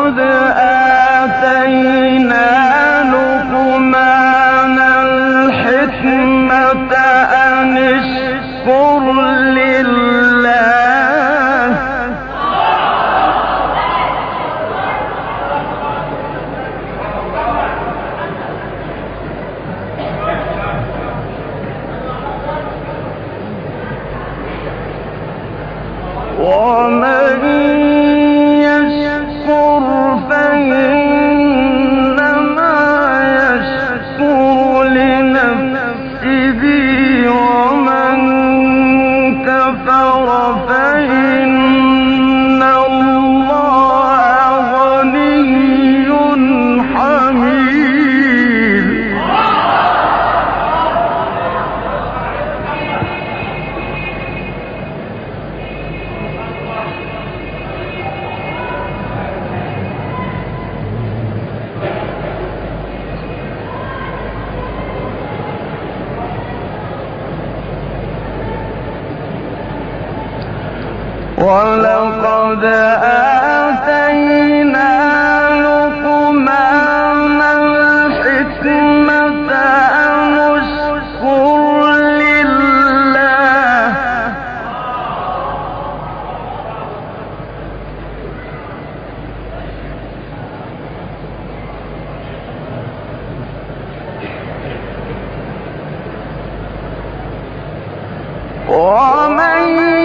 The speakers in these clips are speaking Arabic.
ولقد آتينا لقمان الحكمة أن اشكر لله ومن يشكر فإنما يشكر لنفسه ومن كفر فإن الله غني حميد ولقد آتينا لقمان الحكمة أن اشكر لله ومن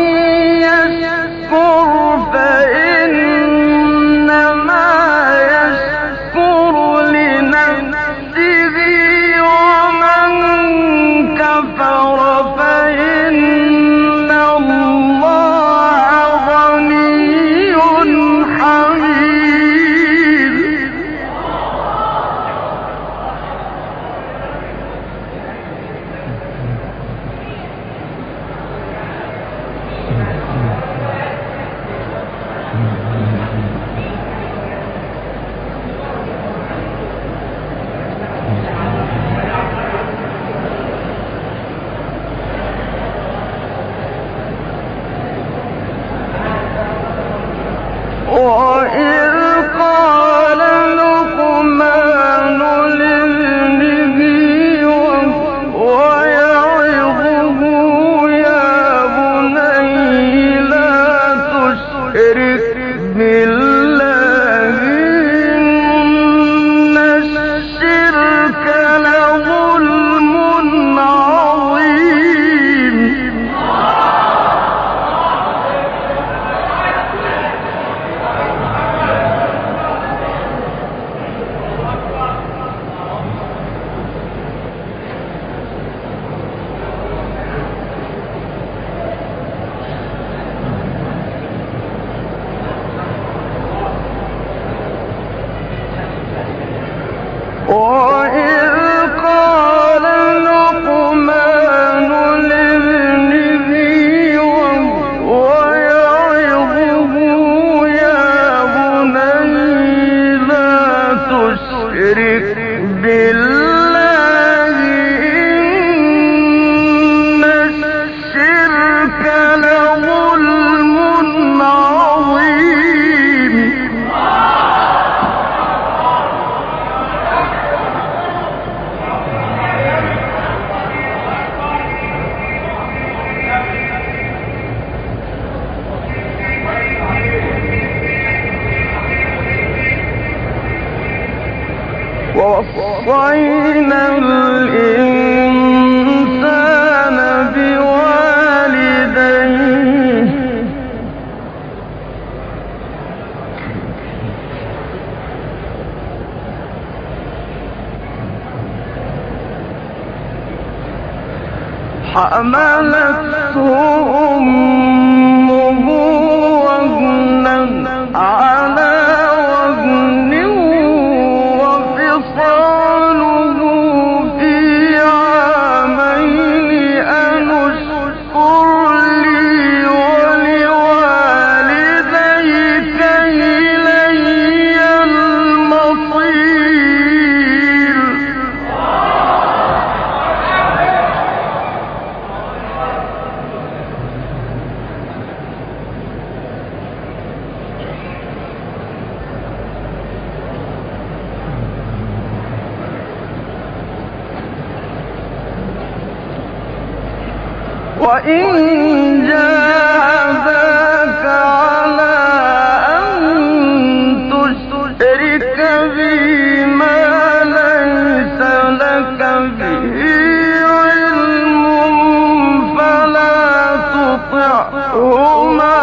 يشكر فإنما يشكر لنفسه ومن كفر فإن الله غني حميد وإذ قال لقمان لابنه ويعظه يا بني لا تشرك بالله إن الشرك لظلم عظيم وإذ قال لقمان لابنه ويعظه يا بني لا تشرك بالله إن الشرك لظلم عظيم ووصينا الإنسان بوالديه حملته أمه وهنا على وهن وفصاله في عامين أن اشكر لي ولوالديك إلي المصير وإن جاهداك على أن تشرك بي ما ليس لك به علم فلا تطعهما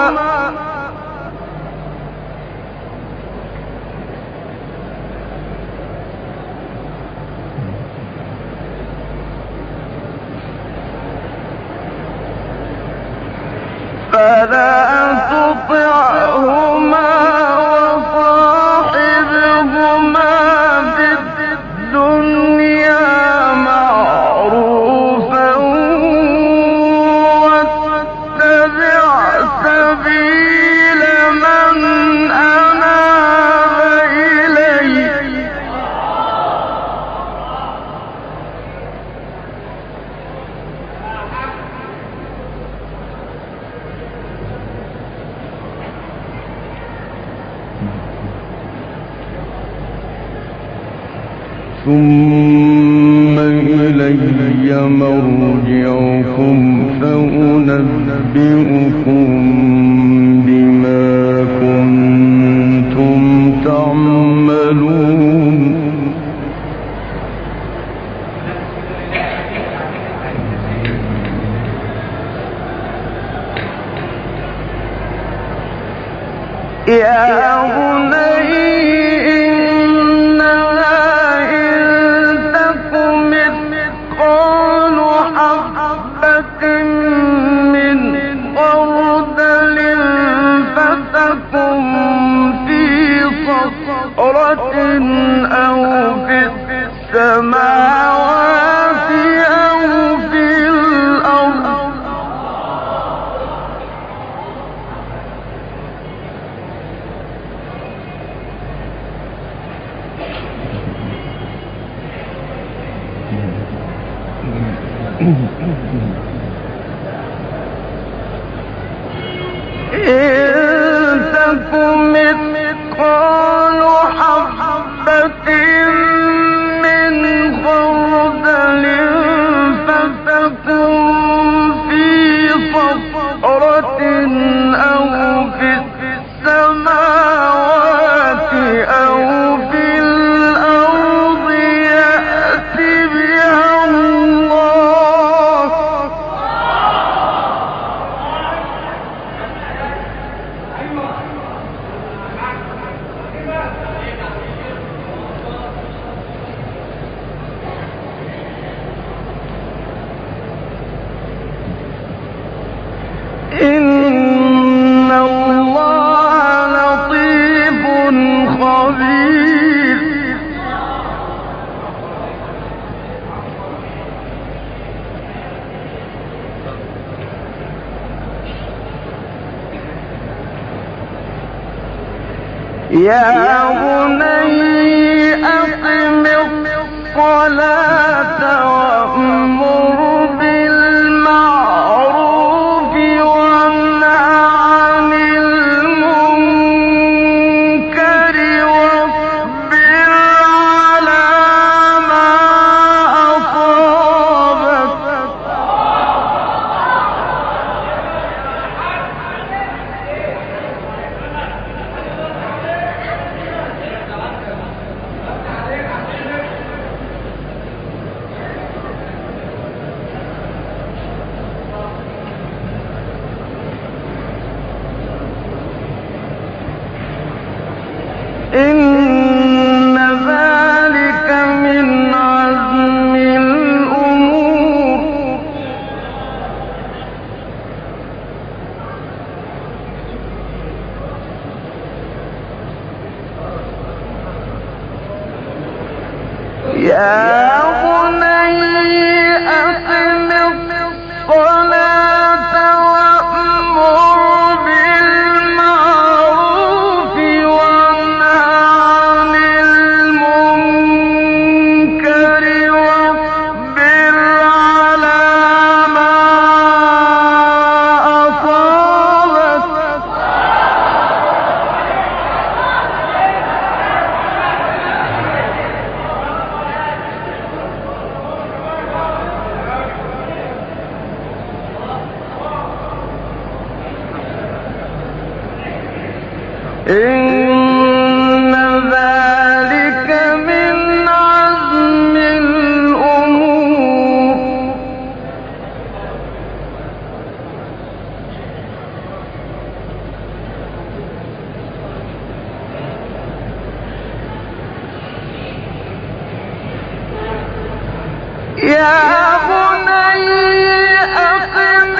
وصاحبهما في الدنيا معروفا واتبع سبيل من أناب إلي ثم إلي مرجعكم فأنبئكم بما كنتم تعملون يا بني إنها إن تك مثقال حبة من خردل فتكن في صخرة أو في السماوات أو في الأرض إن تك مثقال حبة من خردل فتكن في صخرة أو في السماوات أو في الأرض يأت بها الله إن الله لطيف خبير يا بني أقم الصلاة وأمر بالمعروف وانه عن المنكر واصبر على ما أصابك إن ذلك من عزم الأمور يا بني أقم الصلاة وأمر بالمعروف وانه عن المنكر واصبر على ما أصابك إن ذلك من عزم الأمور. يا بني أقم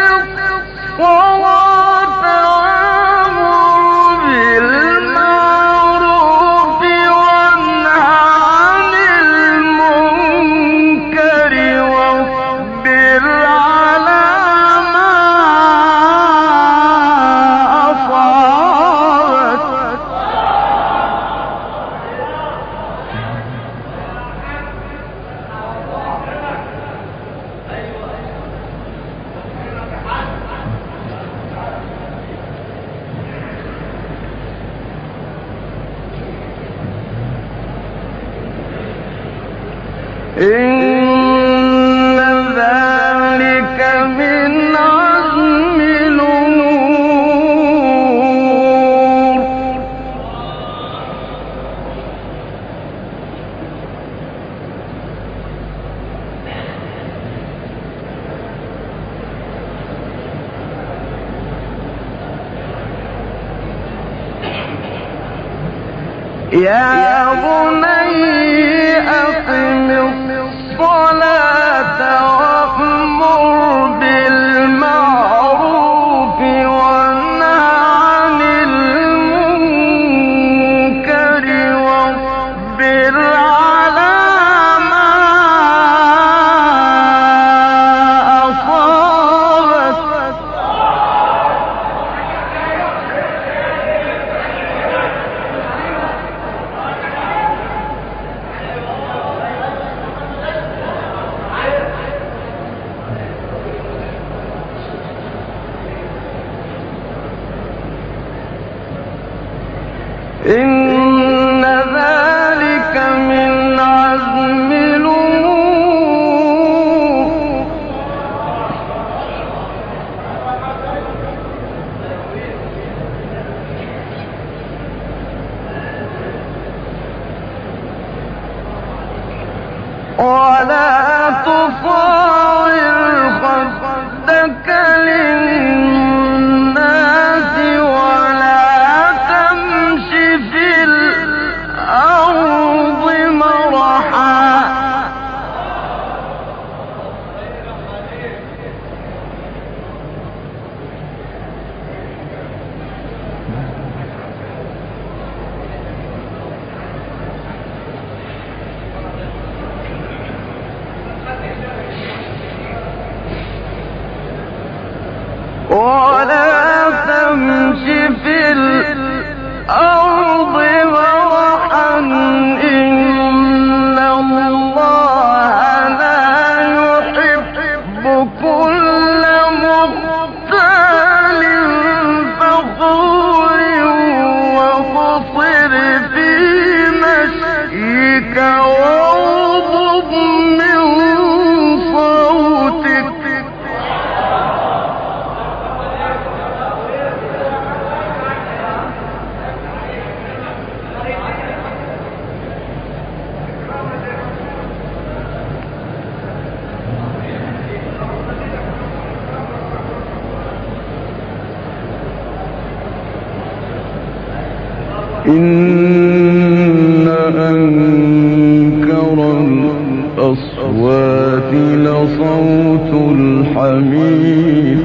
الصلاة وأمر بالمعروف وانه عن المنكر واصبر على ما أصابك. إن ذلك من عزم الأمور. يا بني أقم الصلاة وأمر بالمعروف وانه عن المنكر واصبر على ما أصابك. إن ذلك من عزم الأمور. ولا تصاعر خدك للناس ولا تمش في الأرض مرحا. ولا تمش في الأرض مرحا إن الله لا يحب كل مختال فخور واقصر في مشيك واغضض من صوتك. إن أنكر الأصوات لصوت الحمير.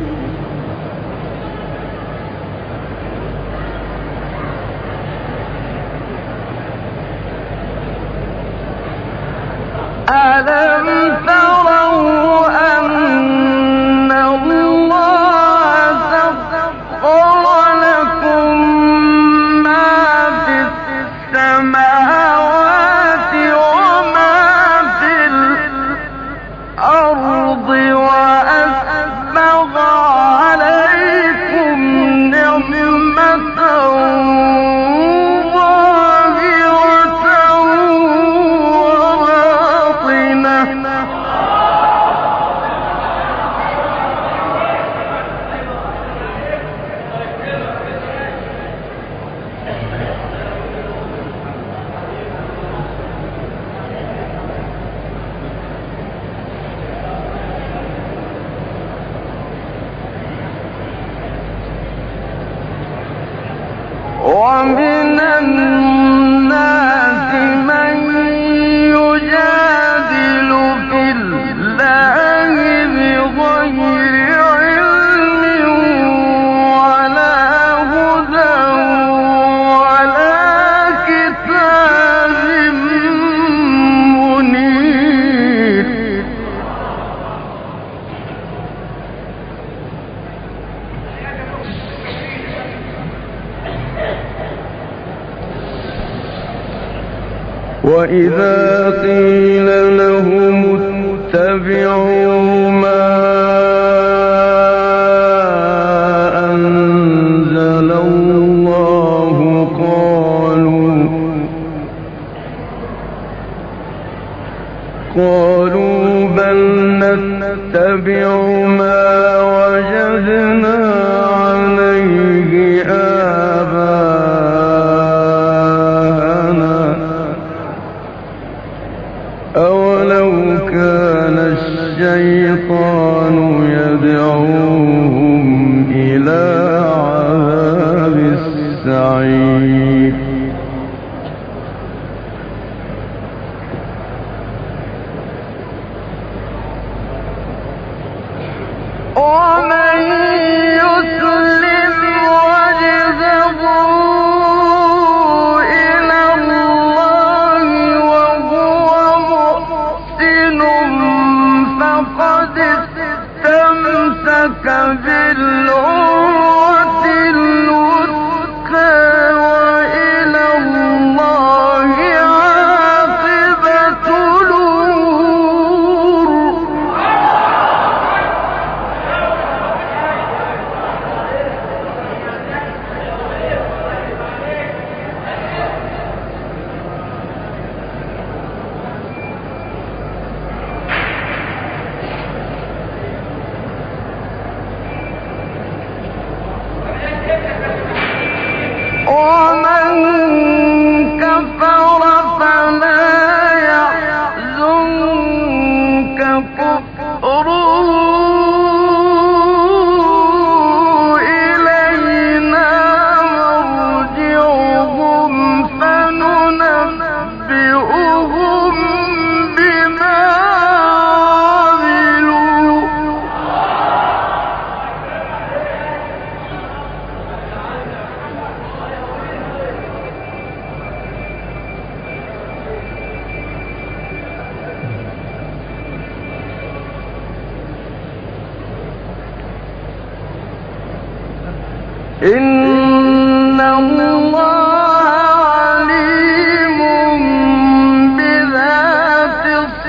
ألم تروا أن الله سخر لكم ما في السماوات وما في الأرض وأسبغ وإذا قيل لهم اتبعوا ما أنزل الله قالوا بل نتبع ما وجدنا عليه آباءنا أولو كان الشيطان يدعوهم إلى عذاب السعير ومن يسلم وجهه إلى الله وهو محسن فقد استمسك بالعروة الوثقى وإلى الله عاقبة الأمور ومن كفر فلا يحزنك كفره إلينا مرجعهم فننبئهم بما عملوا إن الله عليم بذات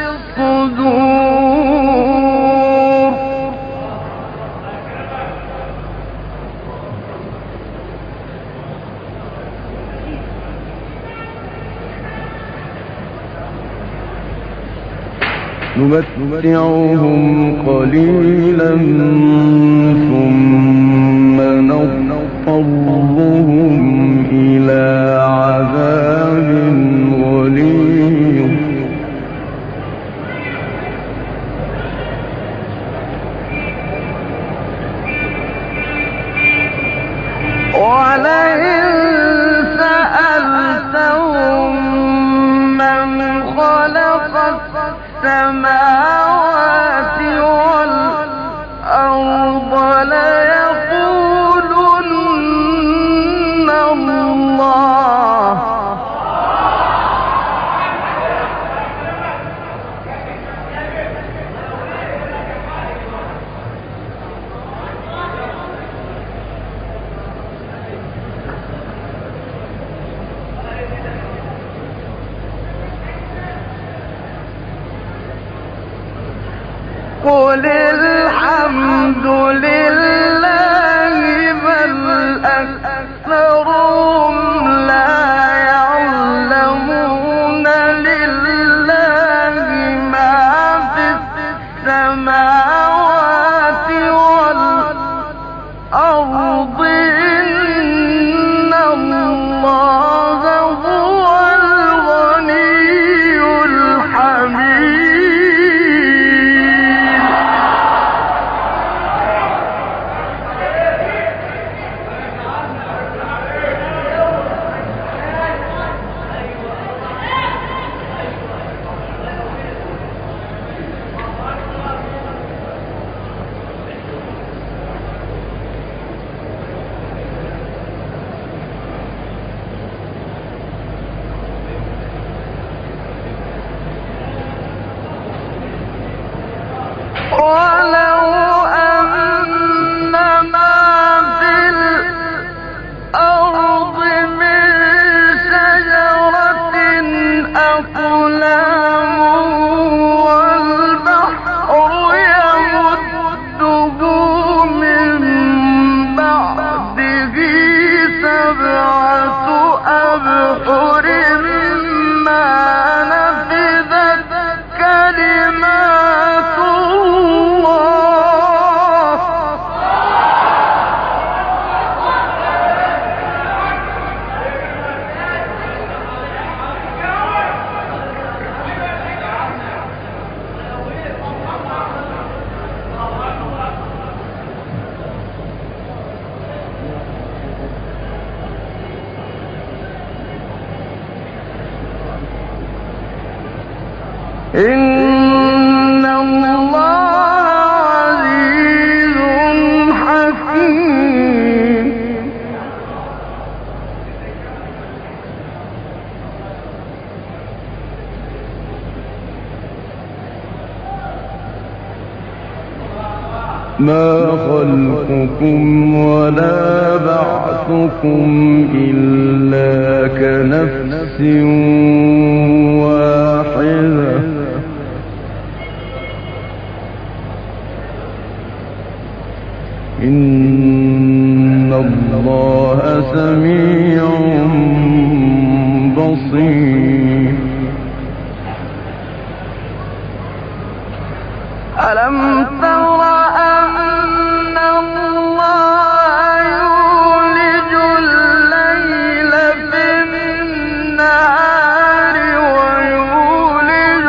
الصدور نمتعهم قليلا ثم نضطرهم إلى عذاب غليظ ولئن سألتهم من خلق السماوات والأرض ليقولن الله ما خلقكم ولا بعثكم إلا كنفس واحدة إن الله سميع بصير. ألم تر أن الله يولج الليل في النهار ويولج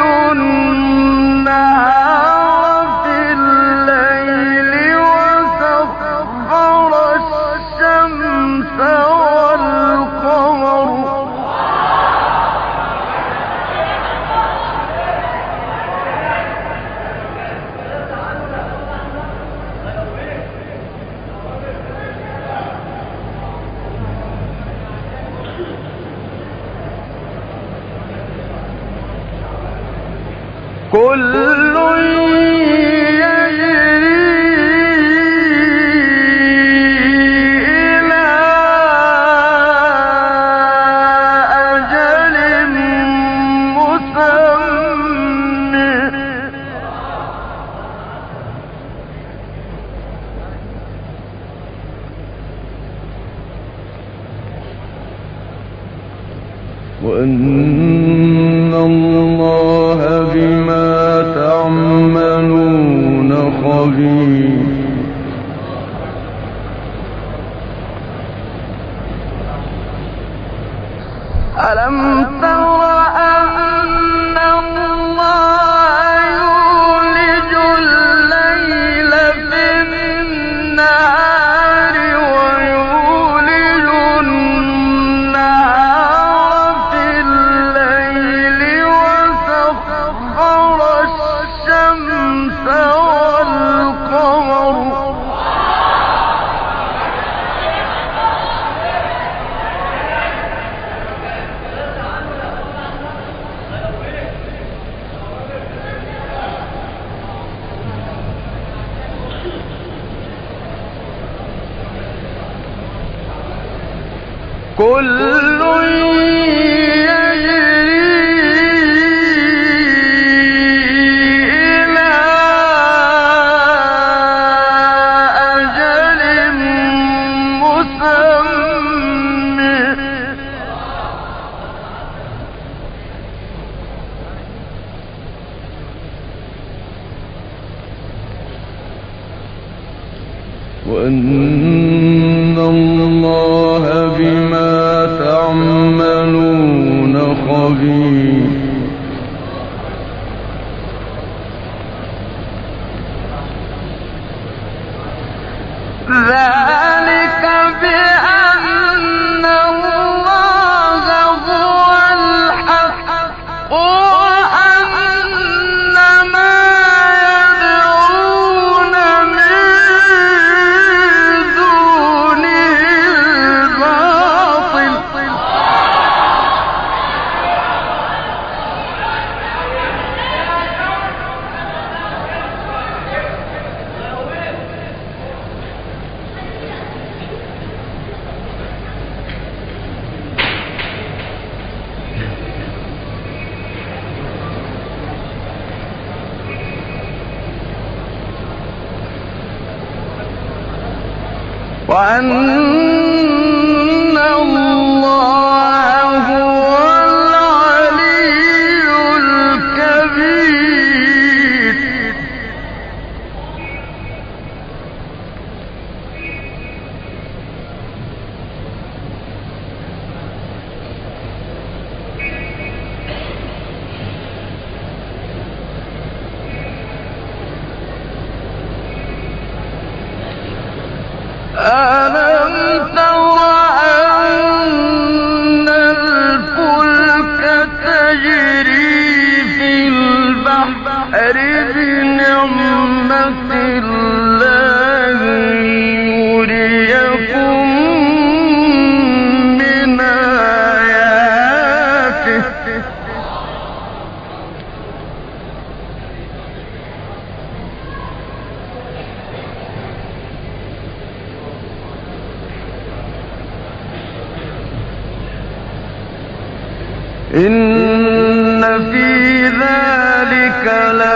النهار في الليل وسخر الشمس والقمر كل يجري إلى أجل مسمى وأن الله بما تعملون خبير. ألم تر أن الله يولج الليل في النهار ويولج النهار في الليل وسخر الشمس والقمر كل يجري إلى أجل مسمى وأن الله بما تعملون خبير. ذلك بأن الله هو الحق وأن ما يدعون من دونه الباطل وأن الله هو العلي الكبير. ألم تر أن الفلك تجري في البحر بنعمة الله ليريكم من آياته إن في ذلك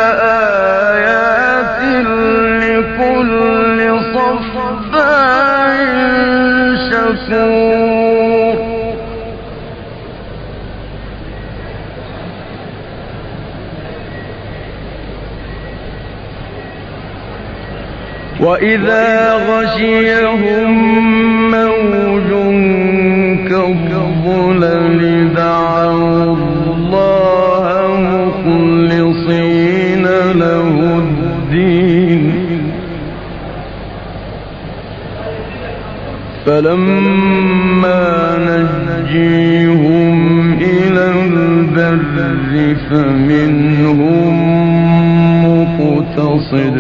لآيات لكل صبار شكور وإذا غشيهم موج كالظلل دعوا الله مخلصين له الدين فلما نجيهم إلى البر فمنهم مقتصد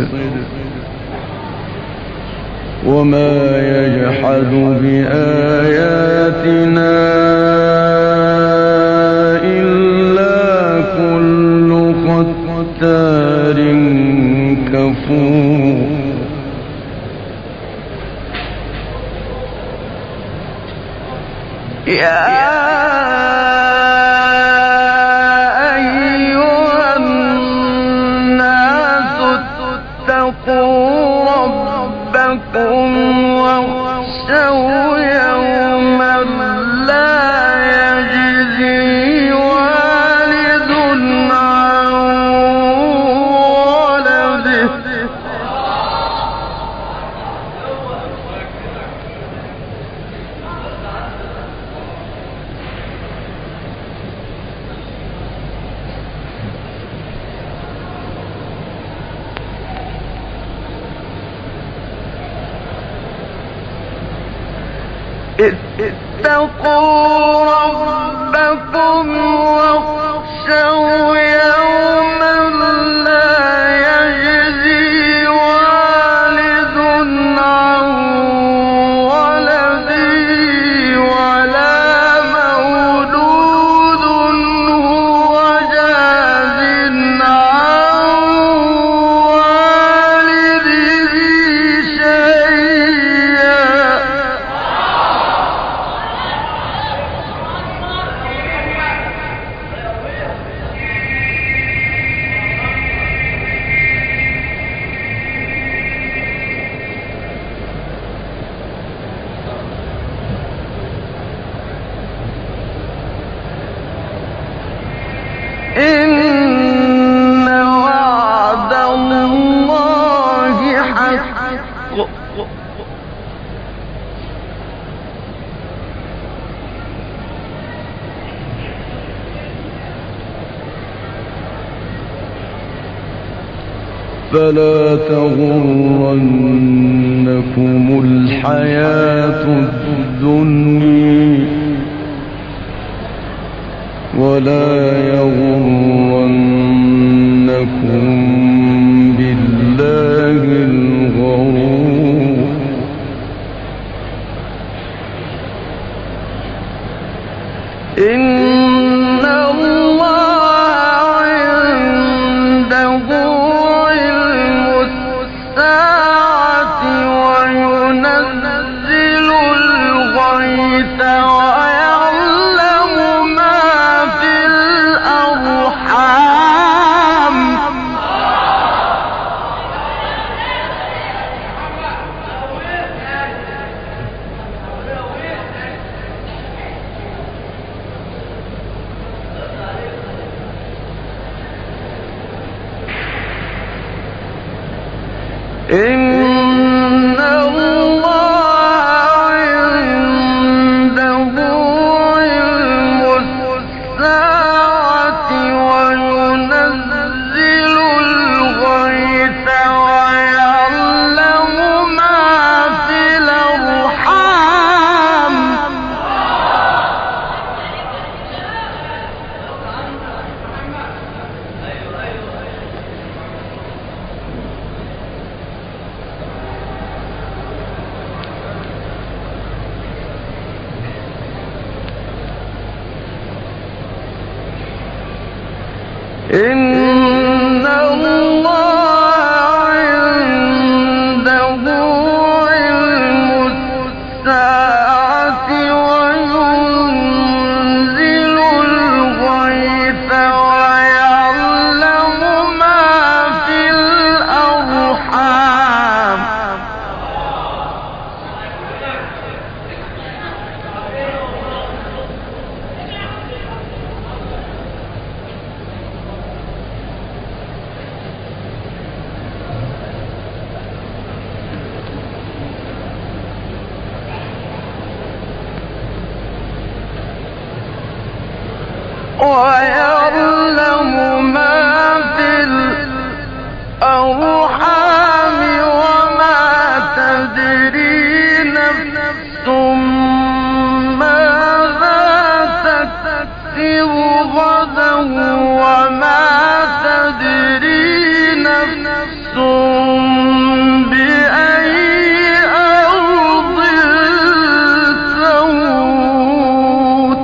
وما يجحد بآياتنا إلا كل ختار كفور يا أيها الناس اتقوا ربكم واخشوا يوما لا يجزي والد عن ولده اتقوا ربكم واخشوا يوما لا يجزي والد عن ولده ولا مولود هو جاز عن والده شيئا إن وعد الله حق فلا تغرنكم الحياة الدنيا ولا يغرنكم بالله الغرور إن الله عنده علم الساعة وينزل الغيث ويعلم ما في الأرحام ويعلم ما في الأرحام وما تدري نفس ماذا تكسب غدا وما تدري نفس بأي أرض تموت.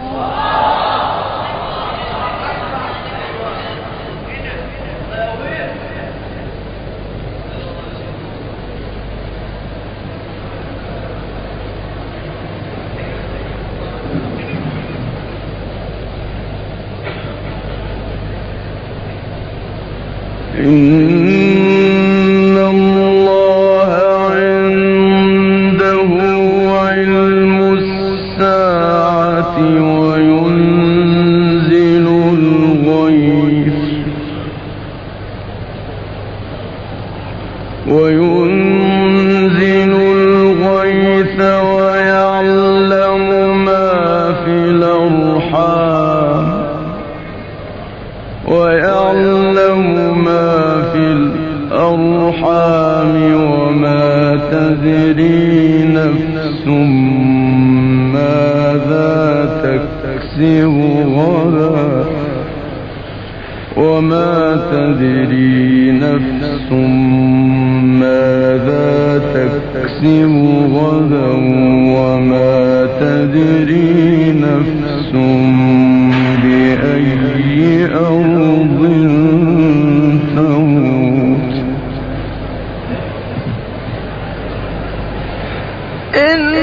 إن الله عنده علم الساعة وينزل الغيث ويعلم ما في الأرحام وما تدري نفس ماذا تكسب غدا وما تدري نفس ماذا تكسب غدا وما تدري نفس بأي أرض تموت. إن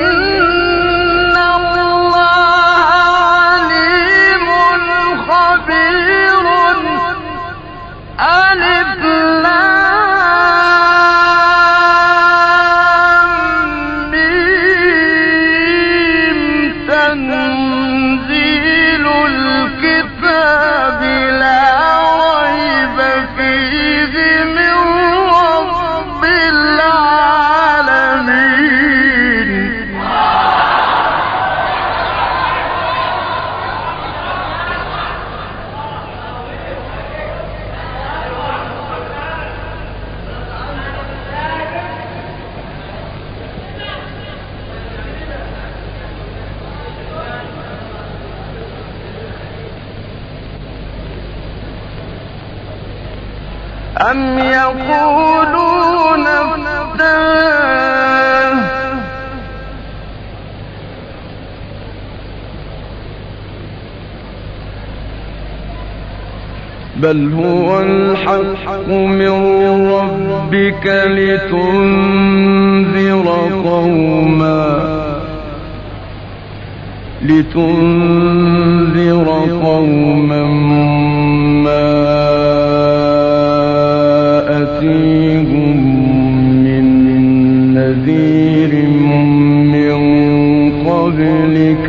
الله عليم خبير. ألف لام ميم تنزيل الكتاب لا ريب فيه من رب العالمين. أم يقولون افتراه بل هو الحق من ربك لتنذر قوما ما أتيهم من نذير من قبلك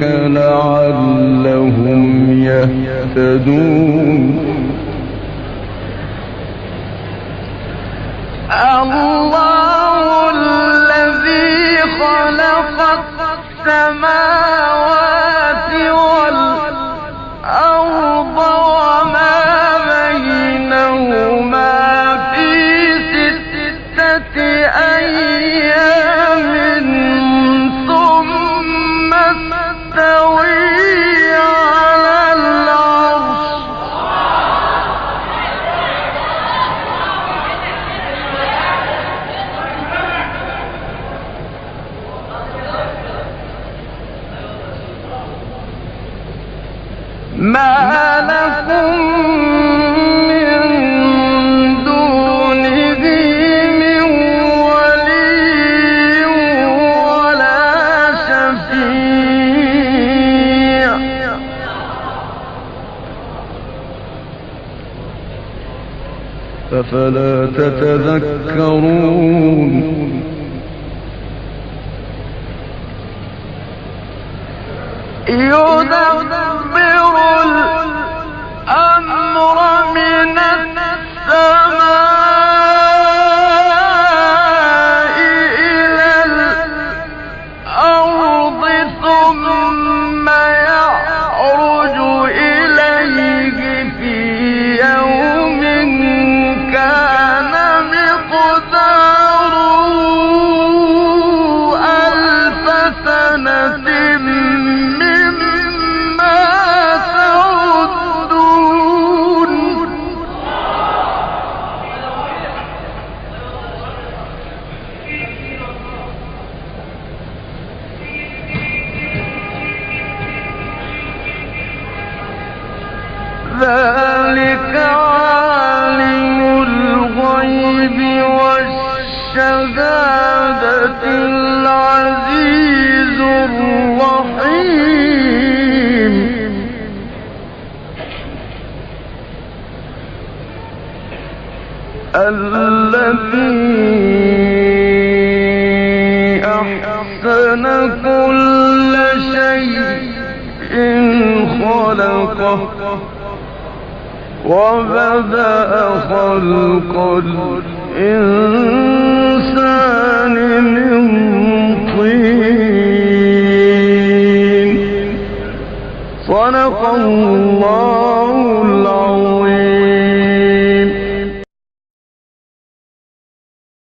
لعلهم يهتدون. الله الذي خلق السماوات والأرض وما بينهما في 6 أيام ثم استوى على العرش. ما لكم من دونه من ولي ولا شفيع أفلا تتذكرون. يدبر الأمر من السماء إلى الأرض ثم يعرج إليه ذلك عالم الغيب والشهادة العزيز الرحيم الذي أحسن كل شيء خلقه وبدأ خلق الإنسان من طين صدق الله العظيم